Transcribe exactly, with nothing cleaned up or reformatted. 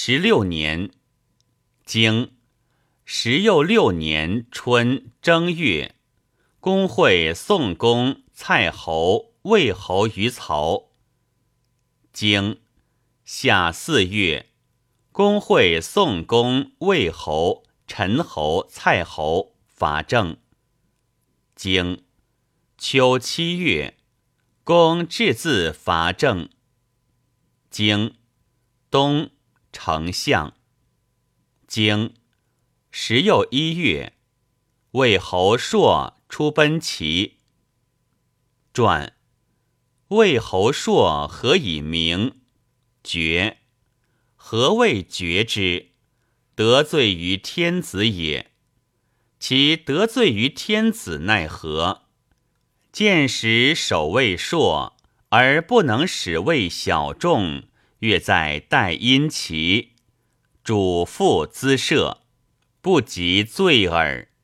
十六年，经十又六年春正月，公会宋公、蔡侯、魏侯于曹。经夏四月，公会宋公、魏侯、陈侯、蔡侯伐郑。经秋七月，公至自伐郑。经冬，丞相。经十又一月，魏侯朔出奔齐。传魏侯朔何以名？绝。何谓绝之？得罪于天子也。其得罪于天子奈何？见时守卫朔，而不能使卫小众，越在待阴齐，主父滋射，不及罪耳。